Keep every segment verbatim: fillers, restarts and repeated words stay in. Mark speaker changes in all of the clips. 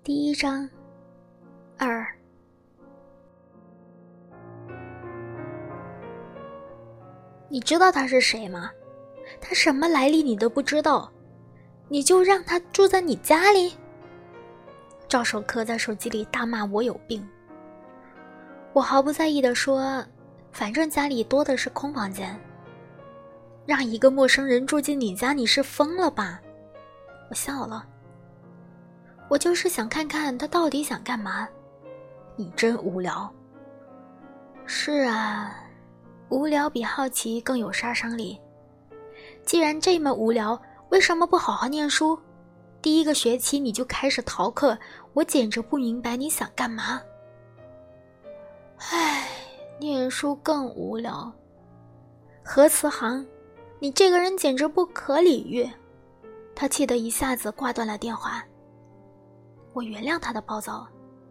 Speaker 1: 第一章二。你知道他是谁吗？他什么来历你都不知道，你就让他住在你家里？赵守克在手机里大骂我有病。我毫不在意地说，反正家里多的是空房间，让一个陌生人住进你家，你是疯了吧？我笑了，我就是想看看他到底想干嘛。你真无聊。是啊，无聊比好奇更有杀伤力。既然这么无聊，为什么不好好念书？第一个学期你就开始逃课，我简直不明白你想干嘛。唉，念书更无聊。何慈航，你这个人简直不可理喻。他气得一下子挂断了电话。我原谅他的暴躁。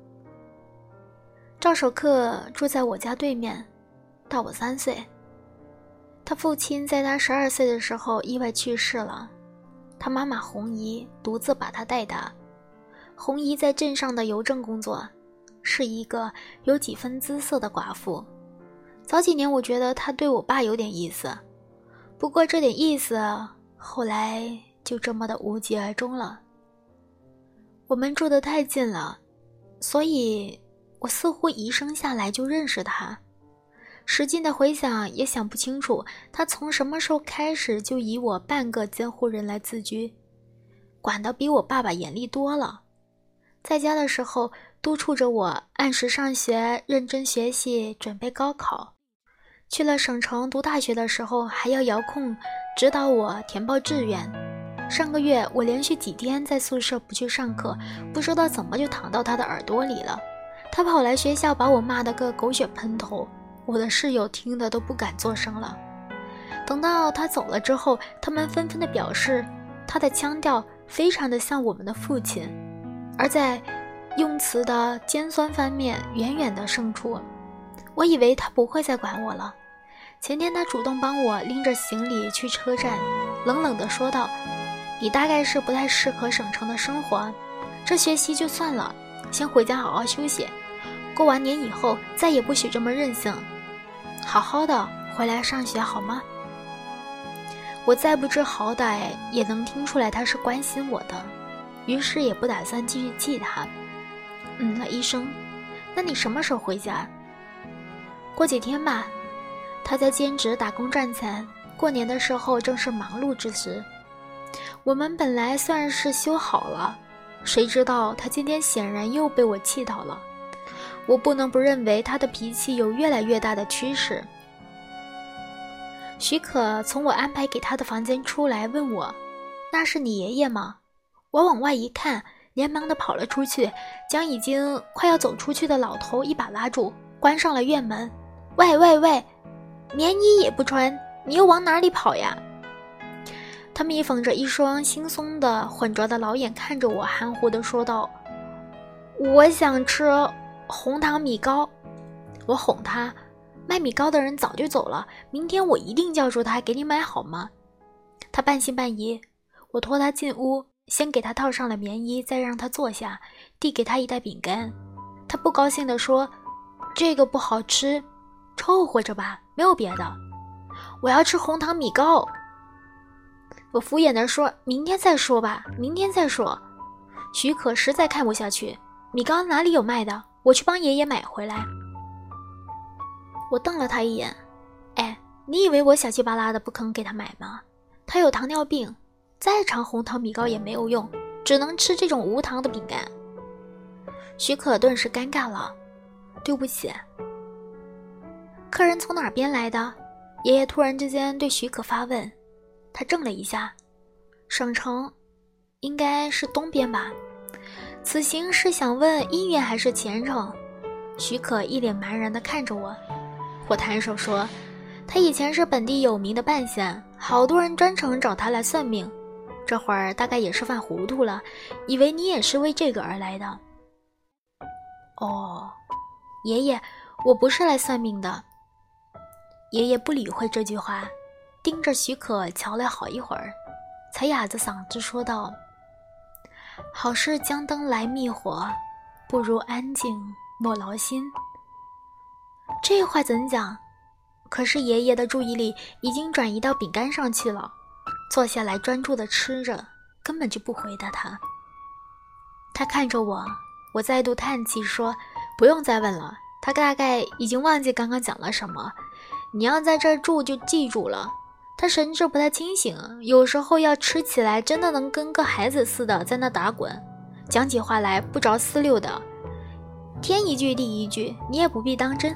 Speaker 1: 赵守克住在我家对面，大我三岁。他父亲在他十二岁的时候意外去世了，他妈妈红姨独自把他带大。红姨在镇上的邮政工作，是一个有几分姿色的寡妇。早几年我觉得她对我爸有点意思，不过这点意思后来就这么的无疾而终了。我们住得太近了，所以我似乎一生下来就认识他。使劲的回想也想不清楚他从什么时候开始就以我半个监护人来自居，管得比我爸爸严厉多了。在家的时候督促着我按时上学，认真学习，准备高考。去了省城读大学的时候还要遥控指导我填报志愿。上个月我连续几天在宿舍不去上课，不知道怎么就躺到他的耳朵里了。他跑来学校把我骂得个狗血喷头，我的室友听得都不敢作声了。等到他走了之后，他们纷纷地表示他的腔调非常的像我们的父亲，而在用词的尖酸方面远远的胜出。我以为他不会再管我了。前天他主动帮我拎着行李去车站，冷冷地说道，你大概是不太适合省城的生活，这学期就算了，先回家好好休息，过完年以后再也不许这么任性，好好的回来上学好吗？我再不知好歹也能听出来他是关心我的，于是也不打算继续气他。嗯了一声，那你什么时候回家？过几天吧。他在兼职打工赚钱，过年的时候正是忙碌之时。我们本来算是修好了，谁知道他今天显然又被我气到了。我不能不认为他的脾气有越来越大的趋势。许可从我安排给他的房间出来，问我，那是你爷爷吗？我往外一看，连忙地跑了出去，将已经快要走出去的老头一把拉住，关上了院门。喂喂喂，棉衣也不穿，你又往哪里跑呀？他眯缝着一双惺忪的浑浊的老眼看着我，含糊地说道，我想吃红糖米糕。我哄他，卖米糕的人早就走了，明天我一定叫住他给你买好吗？他半信半疑。我拖他进屋，先给他套上了棉衣，再让他坐下，递给他一袋饼干。他不高兴地说，这个不好吃，凑合着吧，没有别的。我要吃红糖米糕。我敷衍地说，明天再说吧，明天再说。许可实在看不下去，米糕哪里有卖的，我去帮爷爷买回来。我瞪了他一眼，哎，你以为我小气巴拉的不肯给他买吗？他有糖尿病，再尝红糖米糕也没有用，只能吃这种无糖的饼干。许可顿时尴尬了，对不起。客人从哪边来的？爷爷突然之间对许可发问。他怔了一下，省城，应该是东边吧？此行是想问姻缘还是前程？许可一脸茫然地看着我。我摊手说，他以前是本地有名的半仙，好多人专程找他来算命，这会儿大概也是犯糊涂了，以为你也是为这个而来的。哦，爷爷，我不是来算命的。爷爷不理会这句话，盯着许可瞧了好一会儿，才哑着嗓子说道， 好事将灯来灭火，不如安静莫劳心。这话怎讲？可是爷爷的注意力已经转移到饼干上去了，坐下来专注地吃着，根本就不回答他。他看着我，我再度叹气说，不用再问了，他大概已经忘记刚刚讲了什么。你要在这儿住就记住了。他神志不太清醒，有时候要吃起来真的能跟个孩子似的在那打滚，讲起话来不着四六的，天一句地一句，你也不必当真。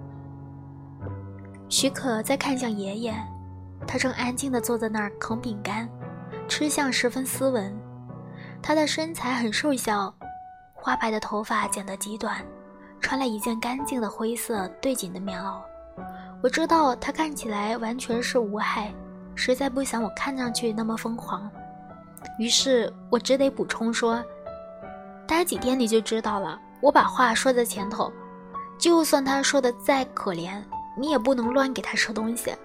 Speaker 1: 许可再看向爷爷，他正安静地坐在那儿啃饼干，吃相十分斯文。他的身材很瘦小，花白的头发剪得极短，穿了一件干净的灰色对紧的棉袄。我知道他看起来完全是无害，实在不想我看上去那么疯狂，于是我只得补充说，待几天你就知道了。我把话说在前头，就算他说的再可怜，你也不能乱给他吃东西。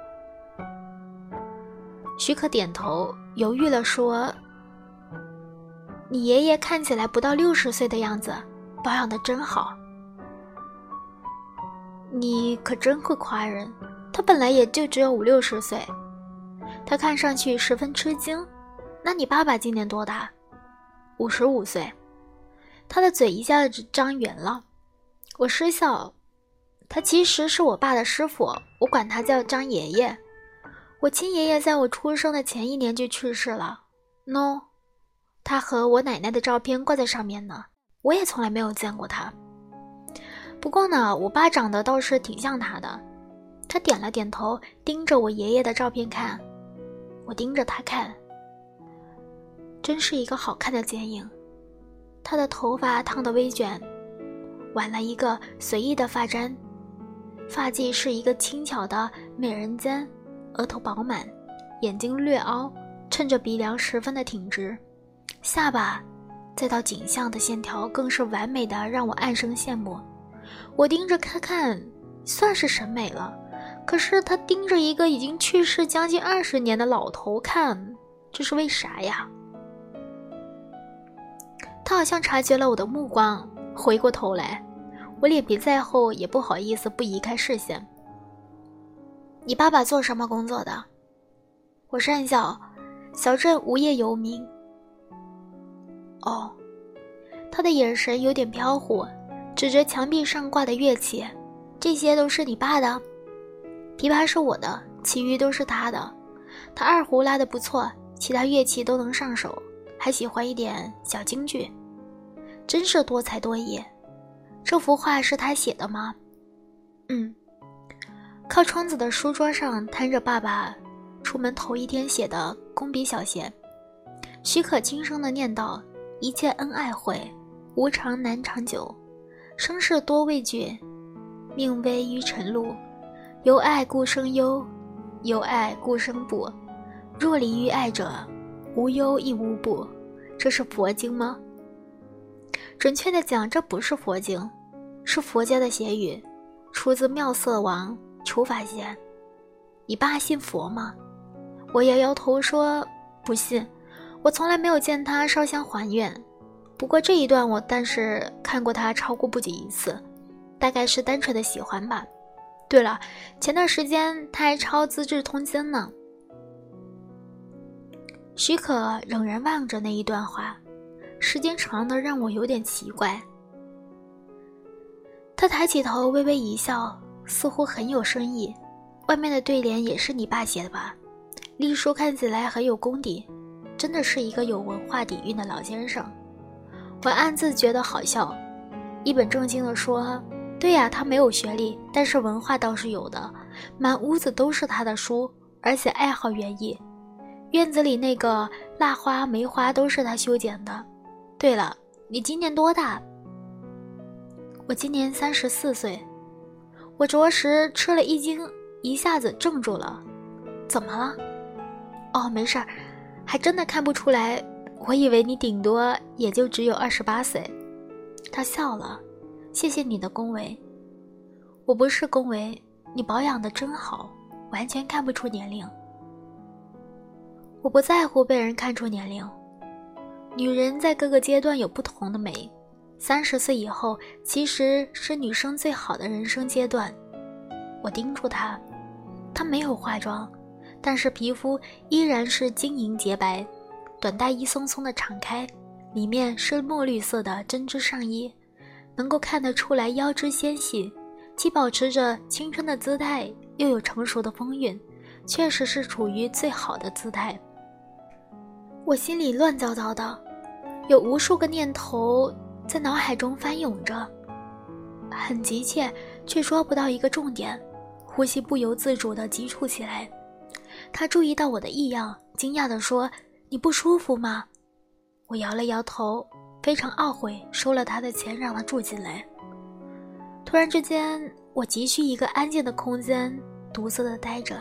Speaker 1: 许可点头，犹豫了说，你爷爷看起来不到六十岁的样子，保养得真好。你可真会夸人，他本来也就只有五六十岁。他看上去十分吃惊。那你爸爸今年多大？五十五岁。他的嘴一下子张圆了。我失笑，他其实是我爸的师傅，我管他叫张爷爷。我亲爷爷在我出生的前一年就去世了。喏，他和我奶奶的照片挂在上面呢，我也从来没有见过他。不过呢，我爸长得倒是挺像他的。他点了点头，盯着我爷爷的照片看。我盯着他看，真是一个好看的剪影。他的头发烫得微卷，挽了一个随意的发簪，发髻是一个轻巧的美人尖，额头饱满，眼睛略凹，衬着鼻梁十分的挺直，下巴再到颈项的线条更是完美的让我暗生羡慕。我盯着他看，算是审美了，可是他盯着一个已经去世将近二十年的老头看，这是为啥呀？他好像察觉了我的目光，回过头来，我脸皮再厚也不好意思不移开视线。你爸爸做什么工作的？我讪笑，小镇无业游民。哦，他的眼神有点飘忽，指着墙壁上挂的乐器，这些都是你爸的？琵琶是我的，其余都是他的。他二胡拉得不错，其他乐器都能上手，还喜欢一点小京剧，真是多才多艺。这幅画是他写的吗？嗯。靠窗子的书桌上摊着爸爸出门头一天写的工笔小写。许可轻声地念道，一切恩爱会，无常难长久，生事多畏惧，命危于晨露，由爱故生忧，由爱故生怖，若离于爱者，无忧亦无怖。这是佛经吗？准确地讲，这不是佛经，是佛家的邪语，出自妙色王求法贤。你爸信佛吗？我摇摇头说不信，我从来没有见他烧香还愿。不过这一段我但是看过他超过不止一次，大概是单纯的喜欢吧。对了，前段时间他还抄资治通鉴呢。许可仍然望着那一段话，时间长的让我有点奇怪。他抬起头微微一笑，似乎很有深意。外面的对联也是你爸写的吧？隶书看起来很有功底，真的是一个有文化底蕴的老先生。我暗自觉得好笑，一本正经地说，对呀，他没有学历，但是文化倒是有的，满屋子都是他的书，而且爱好园艺，院子里那个蜡花梅花都是他修剪的。对了，你今年多大？我今年三十四岁。我着实吃了一惊，一下子怔住了。怎么了？哦，没事儿，还真的看不出来，我以为你顶多也就只有二十八岁。他笑了，谢谢你的恭维。我不是恭维，你保养得真好，完全看不出年龄。我不在乎被人看出年龄。 女人在各个阶段有不同的美，三十岁以后其实是女生最好的人生阶段。我叮嘱她，她没有化妆，但是皮肤依然是晶莹洁白，短带一松松的敞开，里面是墨绿色的针织上衣，能够看得出来腰肢纤细，既保持着青春的姿态，又有成熟的风韵，确实是处于最好的姿态。我心里乱糟糟的，有无数个念头在脑海中翻涌着，很急切，却抓不到一个重点，呼吸不由自主地急促起来。他注意到我的异样，惊讶地说：“你不舒服吗？”我摇了摇头，非常懊悔收了他的钱让他住进来。突然之间，我急需一个安静的空间，独自地待着。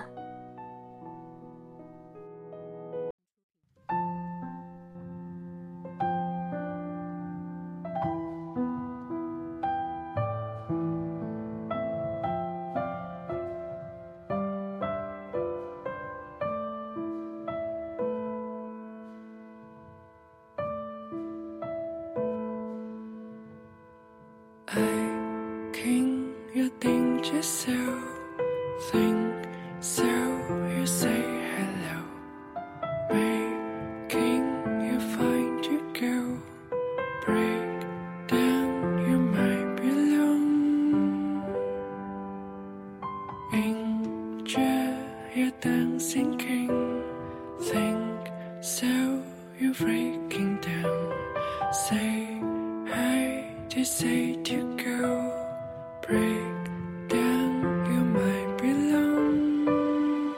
Speaker 2: I can you think just so think so you say hello making you find you go break down you might be alone enjoy your dancing king think so you breaking down say hi to say to go break down you might be alone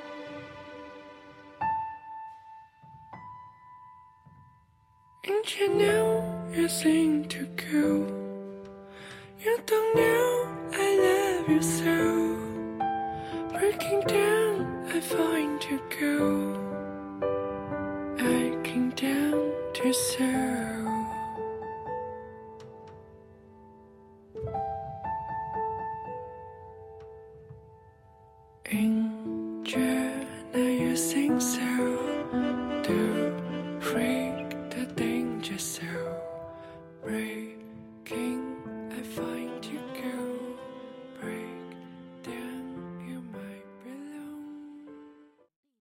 Speaker 2: and you know you seem to go you don't know I love you so breaking down I find you go I came down to serve enjoy now you sing so